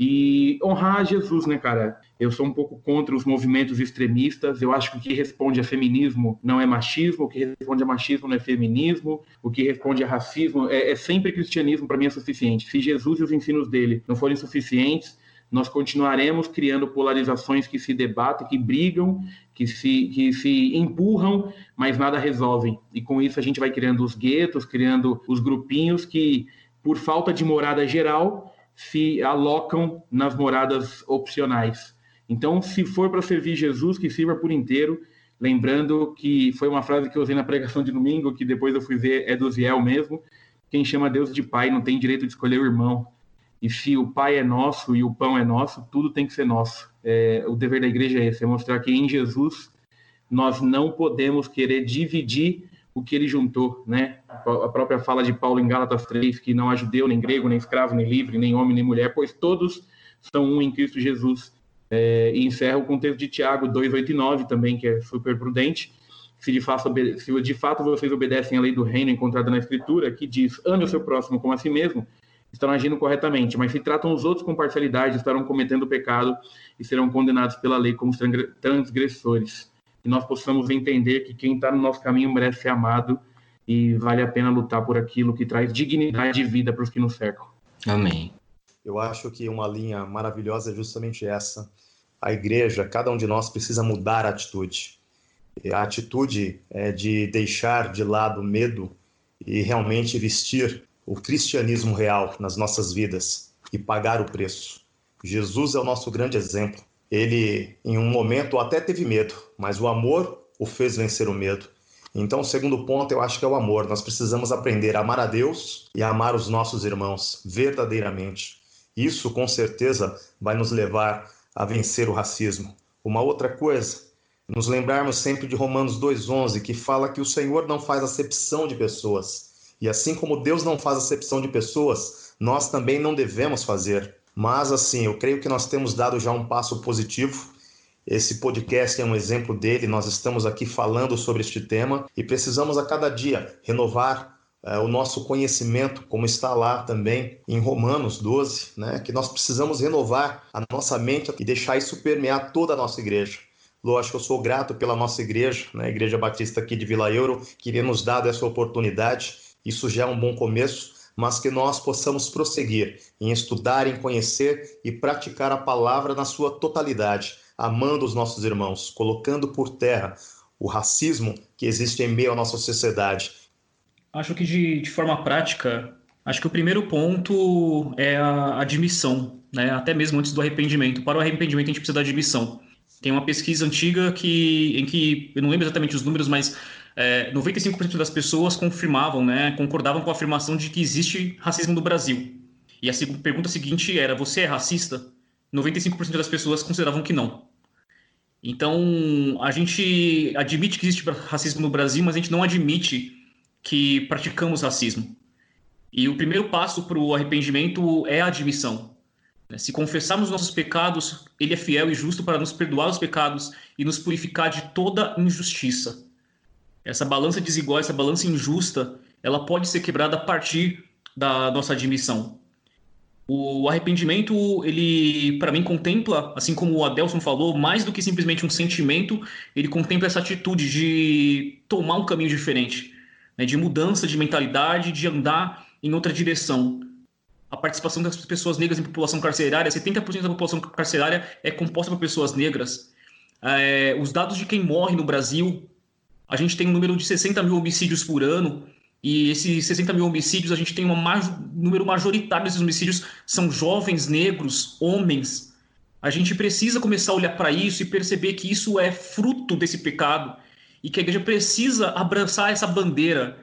e honrar Jesus, né, cara? Eu sou um pouco contra os movimentos extremistas, eu acho que o que responde a feminismo não é machismo, o que responde a machismo não é feminismo, o que responde a racismo é, é sempre cristianismo, para mim é suficiente. Se Jesus e os ensinos dele não forem suficientes, nós continuaremos criando polarizações que se debatem, que brigam, que se, que se empurram, mas nada resolvem. E com isso a gente vai criando os guetos, criando os grupinhos que, por falta de morada geral, se alocam nas moradas opcionais. Então, se for para servir Jesus, que sirva por inteiro, lembrando que foi uma frase que eu usei na pregação de domingo, que depois eu fui ver, é do Ziel mesmo, quem chama Deus de pai não tem direito de escolher o irmão. E se o pai é nosso e o pão é nosso, tudo tem que ser nosso. É, o dever da igreja é esse, é mostrar que em Jesus nós não podemos querer dividir o que ele juntou, né? A própria fala de Paulo em Gálatas três, que não há judeu, nem grego, nem escravo, nem livre, nem homem, nem mulher, pois todos são um em Cristo Jesus. É, e encerra o contexto de Tiago dois, oito e nove também, que é super prudente. Se de, fato, se de fato vocês obedecem à lei do reino encontrada na Escritura, que diz, ame o seu próximo como a si mesmo, estão agindo corretamente, mas se tratam os outros com parcialidade, estarão cometendo pecado e serão condenados pela lei como transgressores. Que nós possamos entender que quem está no nosso caminho merece ser amado e vale a pena lutar por aquilo que traz dignidade e vida para os que nos cercam. Amém. Eu acho que uma linha maravilhosa é justamente essa. A igreja, cada um de nós precisa mudar a atitude. A atitude é de deixar de lado o medo e realmente vestir o cristianismo real nas nossas vidas e pagar o preço. Jesus é o nosso grande exemplo. Ele, em um momento, até teve medo, mas o amor o fez vencer o medo. Então, o segundo ponto, eu acho que é o amor. Nós precisamos aprender a amar a Deus e a amar os nossos irmãos, verdadeiramente. Isso, com certeza, vai nos levar a vencer o racismo. Uma outra coisa, nos lembrarmos sempre de Romanos dois, onze, que fala que o Senhor não faz acepção de pessoas. E assim como Deus não faz acepção de pessoas, nós também não devemos fazer. Mas, assim, eu creio que nós temos dado já um passo positivo. Esse podcast é um exemplo dele. Nós estamos aqui falando sobre este tema e precisamos a cada dia renovar é, o nosso conhecimento, como está lá também em Romanos doze, né? Que nós precisamos renovar a nossa mente e deixar isso permear toda a nossa igreja. Lógico, eu sou grato pela nossa igreja, né? A Igreja Batista aqui de Vila Euro, que iria nos dado essa oportunidade. Isso já é um bom começo, mas que nós possamos prosseguir em estudar, em conhecer e praticar a palavra na sua totalidade, amando os nossos irmãos, colocando por terra o racismo que existe em meio à nossa sociedade. Acho que de, de forma prática, acho que o primeiro ponto é a admissão, né? Até mesmo antes do arrependimento. Para o arrependimento a gente precisa da admissão. Tem uma pesquisa antiga que, em que, eu não lembro exatamente os números, mas é, noventa e cinco por cento das pessoas confirmavam, né, concordavam com a afirmação de que existe racismo no Brasil. E a segunda, pergunta seguinte era, você é racista? noventa e cinco por cento das pessoas consideravam que não. Então, a gente admite que existe racismo no Brasil, mas a gente não admite que praticamos racismo. E o primeiro passo para o arrependimento é a admissão. Se confessarmos nossos pecados, ele é fiel e justo para nos perdoar os pecados e nos purificar de toda injustiça. Essa balança desigual, essa balança injusta, ela pode ser quebrada a partir da nossa admissão. O arrependimento, ele, para mim, contempla, assim como o Adelson falou, mais do que simplesmente um sentimento, ele contempla essa atitude de tomar um caminho diferente, né, de mudança de mentalidade, de andar em outra direção. A participação das pessoas negras em população carcerária, setenta por cento da população carcerária é composta por pessoas negras. É, os dados de quem morre no Brasil, a gente tem um número de sessenta mil homicídios por ano, e esses sessenta mil homicídios, a gente tem um número majoritário desses homicídios, são jovens negros, homens. A gente precisa começar a olhar para isso e perceber que isso é fruto desse pecado, e que a igreja precisa abraçar essa bandeira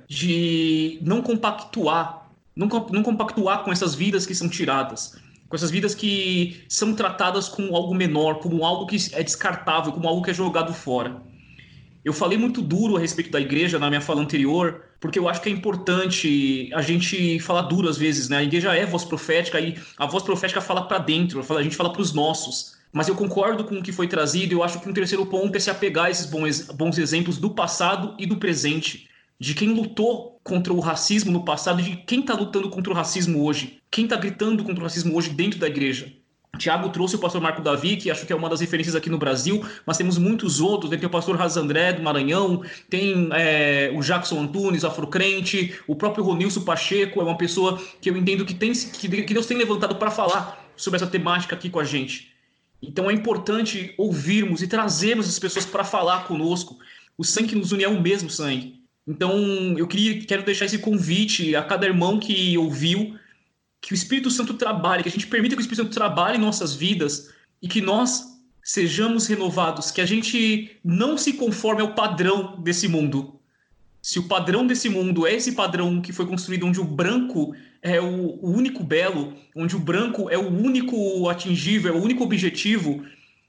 de não compactuar, Não, não compactuar com essas vidas que são tiradas, com essas vidas que são tratadas como algo menor, como algo que é descartável, como algo que é jogado fora. Eu falei muito duro a respeito da igreja na minha fala anterior, porque eu acho que é importante a gente falar duro às vezes, né? A igreja é voz profética e a voz profética fala para dentro, a gente fala para os nossos. Mas eu concordo com o que foi trazido e eu acho que um terceiro ponto é se apegar a esses bons, bons exemplos do passado e do presente, de quem lutou contra o racismo no passado e de quem está lutando contra o racismo hoje, quem está gritando contra o racismo hoje dentro da igreja. Tiago trouxe o pastor Marco Davi, que acho que é uma das referências aqui no Brasil, mas temos muitos outros, tem o pastor Razandré do Maranhão, tem é, o Jackson Antunes, o Afrocrente, o próprio Ronilson Pacheco, é uma pessoa que eu entendo que, tem, que Deus tem levantado para falar sobre essa temática aqui com a gente. Então é importante ouvirmos e trazermos as pessoas para falar conosco. O sangue que nos une é o mesmo sangue. Então, eu queria, quero deixar esse convite a cada irmão que ouviu, que o Espírito Santo trabalhe, que a gente permita que o Espírito Santo trabalhe em nossas vidas e que nós sejamos renovados, que a gente não se conforme ao padrão desse mundo. Se o padrão desse mundo é esse padrão que foi construído onde o branco é o único belo, onde o branco é o único atingível, é o único objetivo,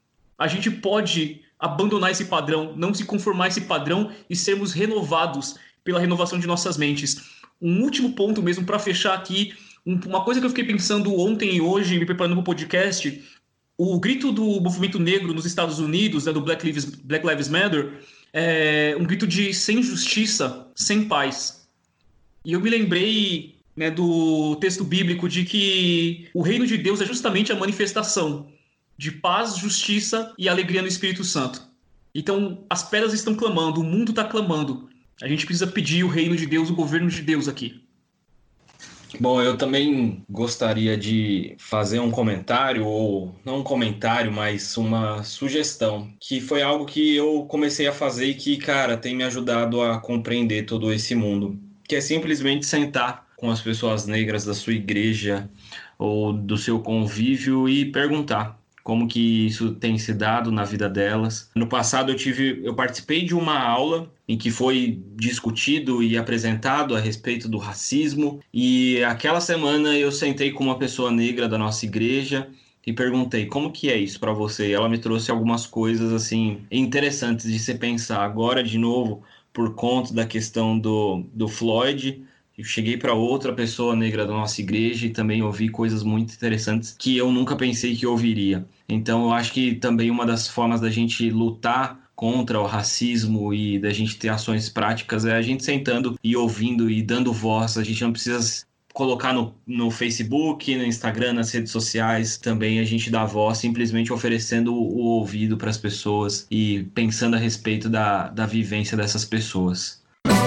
a gente pode abandonar esse padrão, não se conformar a esse padrão e sermos renovados pela renovação de nossas mentes. Um último ponto mesmo para fechar aqui, uma coisa que eu fiquei pensando ontem e hoje, me preparando para o podcast, o grito do movimento negro nos Estados Unidos, né, do Black Lives, Black Lives Matter, é um grito de sem justiça, sem paz. E eu me lembrei, né, do texto bíblico de que o reino de Deus é justamente a manifestação de paz, justiça e alegria no Espírito Santo. Então, as pedras estão clamando, o mundo está clamando. A gente precisa pedir o reino de Deus, o governo de Deus aqui. Bom, eu também gostaria de fazer um comentário, ou não um comentário, mas uma sugestão, que foi algo que eu comecei a fazer e que, cara, tem me ajudado a compreender todo esse mundo, que é simplesmente sentar com as pessoas negras da sua igreja ou do seu convívio e perguntar como que isso tem se dado na vida delas. No passado eu tive, eu participei de uma aula em que foi discutido e apresentado a respeito do racismo, e aquela semana eu sentei com uma pessoa negra da nossa igreja e perguntei como que é isso para você. E ela me trouxe algumas coisas assim interessantes de se pensar. Agora, de novo, por conta da questão do, do Floyd, eu cheguei para outra pessoa negra da nossa igreja e também ouvi coisas muito interessantes que eu nunca pensei que ouviria. Então, eu acho que também uma das formas da gente lutar contra o racismo e da gente ter ações práticas é a gente sentando e ouvindo e dando voz. A gente não precisa colocar no, no Facebook, no Instagram, nas redes sociais. Também a gente dá voz simplesmente oferecendo o ouvido para as pessoas e pensando a respeito da, da vivência dessas pessoas.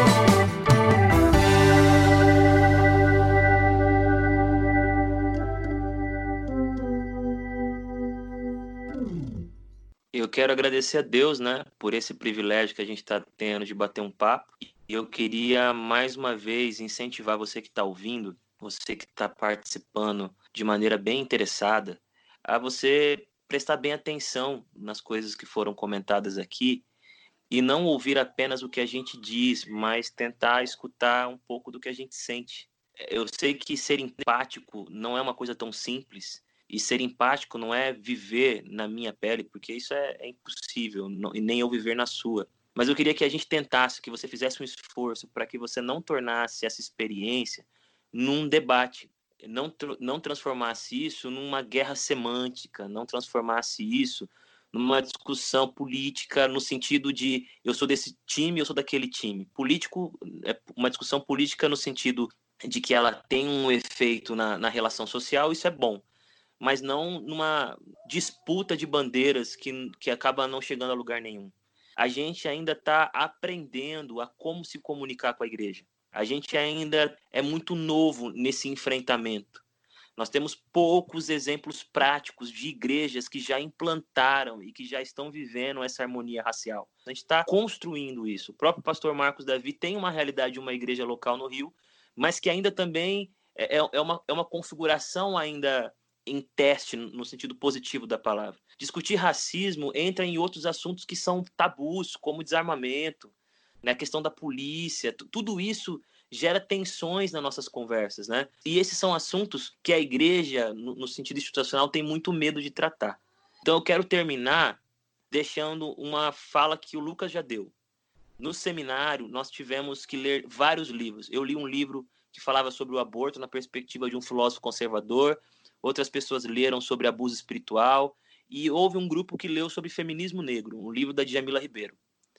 Eu quero agradecer a Deus, né, por esse privilégio que a gente está tendo de bater um papo. E eu queria, mais uma vez, incentivar você que está ouvindo, você que está participando de maneira bem interessada, a você prestar bem atenção nas coisas que foram comentadas aqui e não ouvir apenas o que a gente diz, mas tentar escutar um pouco do que a gente sente. Eu sei que ser empático não é uma coisa tão simples, e ser empático não é viver na minha pele, porque isso é, é impossível, não, e nem eu viver na sua. Mas eu queria que a gente tentasse, que você fizesse um esforço para que você não tornasse essa experiência num debate, não, não transformasse isso numa guerra semântica, não transformasse isso numa discussão política no sentido de eu sou desse time, eu sou daquele time. Político é uma discussão política no sentido de que ela tem um efeito na, na relação social, isso é bom, mas não numa disputa de bandeiras que, que acaba não chegando a lugar nenhum. A gente ainda está aprendendo a como se comunicar com a igreja. A gente ainda é muito novo nesse enfrentamento. Nós temos poucos exemplos práticos de igrejas que já implantaram e que já estão vivendo essa harmonia racial. A gente está construindo isso. O próprio pastor Marcos Davi tem uma realidade de uma igreja local no Rio, mas que ainda também é, é, uma, é uma configuração ainda em teste, no sentido positivo da palavra. Discutir racismo entra em outros assuntos que são tabus, como desarmamento, né, a questão da polícia, tudo isso gera tensões nas nossas conversas, né? E esses são assuntos que a igreja, no, no sentido institucional, tem muito medo de tratar. Então eu quero terminar deixando uma fala que o Lucas já deu. No seminário, nós tivemos que ler vários livros. Eu li um livro que falava sobre o aborto na perspectiva de um filósofo conservador, outras pessoas leram sobre abuso espiritual, e houve um grupo que leu sobre feminismo negro, um livro da Djamila Ribeiro.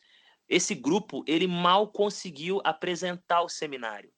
Esse grupo, ele mal conseguiu apresentar o seminário.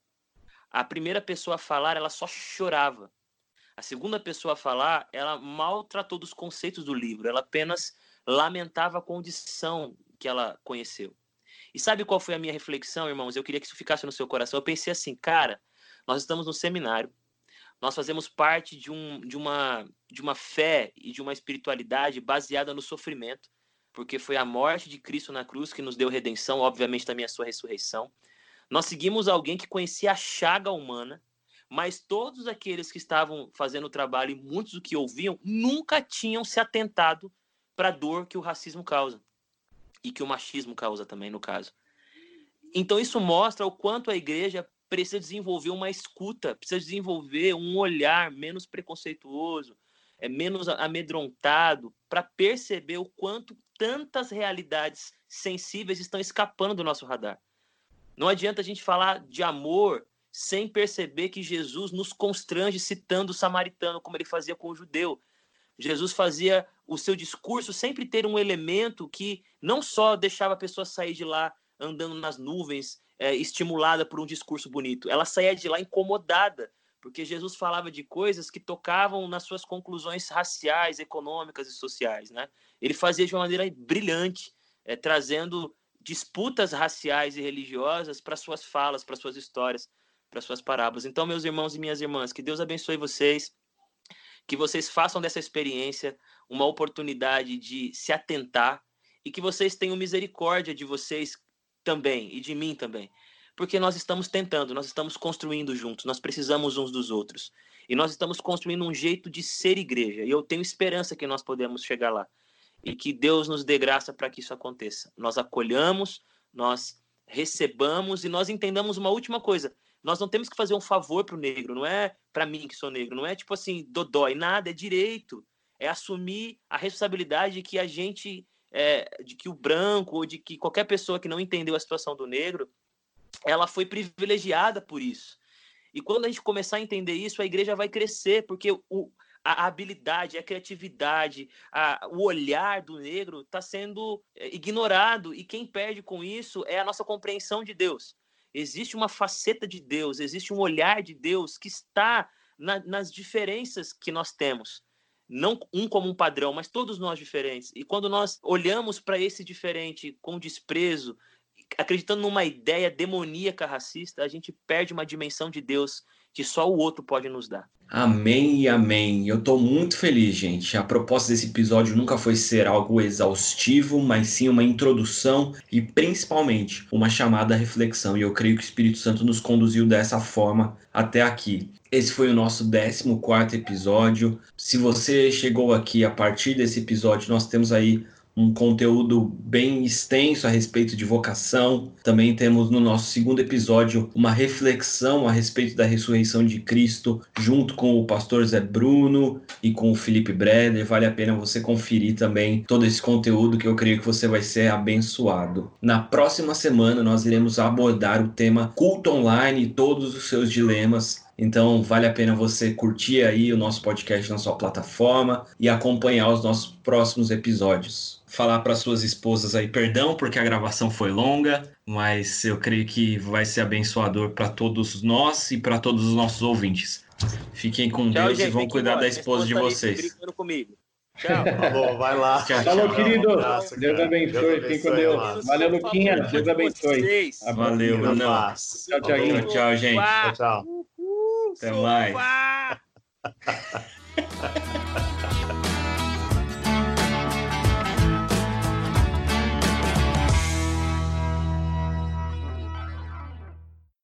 A primeira pessoa a falar, ela só chorava. A segunda pessoa a falar, ela mal tratou dos conceitos do livro, ela apenas lamentava a condição que ela conheceu. E sabe qual foi a minha reflexão, irmãos? Eu queria que isso ficasse no seu coração. Eu pensei assim, cara, nós estamos no seminário, nós fazemos parte de, um, de, uma, de uma fé e de uma espiritualidade baseada no sofrimento, porque foi a morte de Cristo na cruz que nos deu redenção, obviamente também a sua ressurreição. Nós seguimos alguém que conhecia a chaga humana, mas todos aqueles que estavam fazendo o trabalho e muitos do que ouviam nunca tinham se atentado para a dor que o racismo causa e que o machismo causa também, no caso. Então isso mostra o quanto a igreja precisa desenvolver uma escuta, precisa desenvolver um olhar menos preconceituoso, é menos amedrontado, para perceber o quanto tantas realidades sensíveis estão escapando do nosso radar. Não adianta a gente falar de amor sem perceber que Jesus nos constrange citando o samaritano, como ele fazia com o judeu. Jesus fazia o seu discurso sempre ter um elemento que não só deixava a pessoa sair de lá andando nas nuvens, é, estimulada por um discurso bonito, ela saía de lá incomodada, porque Jesus falava de coisas que tocavam nas suas conclusões raciais, econômicas e sociais, né? Ele fazia de uma maneira brilhante, é, trazendo disputas raciais e religiosas para suas falas, para suas histórias, para suas parábolas. Então, meus irmãos e minhas irmãs, que Deus abençoe vocês, que vocês façam dessa experiência uma oportunidade de se atentar e que vocês tenham misericórdia de vocês também e de mim também. Porque nós estamos tentando, nós estamos construindo juntos, nós precisamos uns dos outros. E nós estamos construindo um jeito de ser igreja. E eu tenho esperança que nós podemos chegar lá. E que Deus nos dê graça para que isso aconteça. Nós acolhamos, nós recebamos e nós entendamos uma última coisa. Nós não temos que fazer um favor para o negro, não é para mim que sou negro, não é tipo assim, dodói, nada, é direito. É assumir a responsabilidade de que a gente, é, de que o branco ou de que qualquer pessoa que não entendeu a situação do negro, ela foi privilegiada por isso. E quando a gente começar a entender isso, a igreja vai crescer, porque o, a habilidade, a criatividade, a, o olhar do negro está sendo ignorado, e quem perde com isso é a nossa compreensão de Deus. Existe uma faceta de Deus, existe um olhar de Deus que está na, nas diferenças que nós temos. Não um como um padrão, mas todos nós diferentes. E quando nós olhamos para esse diferente com desprezo, acreditando numa ideia demoníaca racista, a gente perde uma dimensão de Deus que só o outro pode nos dar. Amém e amém. Eu tô muito feliz, gente. A proposta desse episódio nunca foi ser algo exaustivo, mas sim uma introdução e principalmente uma chamada à reflexão. E eu creio que o Espírito Santo nos conduziu dessa forma até aqui. Esse foi o nosso décimo quarto episódio. Se você chegou aqui a partir desse episódio, nós temos aí um conteúdo bem extenso a respeito de vocação. Também temos no nosso segundo episódio uma reflexão a respeito da ressurreição de Cristo, junto com o pastor Zé Bruno e com o Felipe Breder. Vale a pena você conferir também todo esse conteúdo, que eu creio que você vai ser abençoado. Na próxima semana nós iremos abordar o tema culto online e todos os seus dilemas. Então vale a pena você curtir aí o nosso podcast na sua plataforma e acompanhar os nossos próximos episódios. Falar para suas esposas aí perdão porque a gravação foi longa, mas eu creio que vai ser abençoador para todos nós e para todos os nossos ouvintes. Fiquem com Tchau, Deus, gente, e vão cuidar embora. da esposa de tá vocês. Brigando comigo. Tchau. Falou, vai lá. Tchau, Falou, tchau. querido. Um abraço, Deus cara. abençoe. Fiquem com Deus. Deus. Valeu, Luquinha. Deus abençoe. Valeu, Na Brunão. paz. Tchau, tchau. Tchau, tchau, gente. Tchau, tchau. Uhul, Até mais. sofá.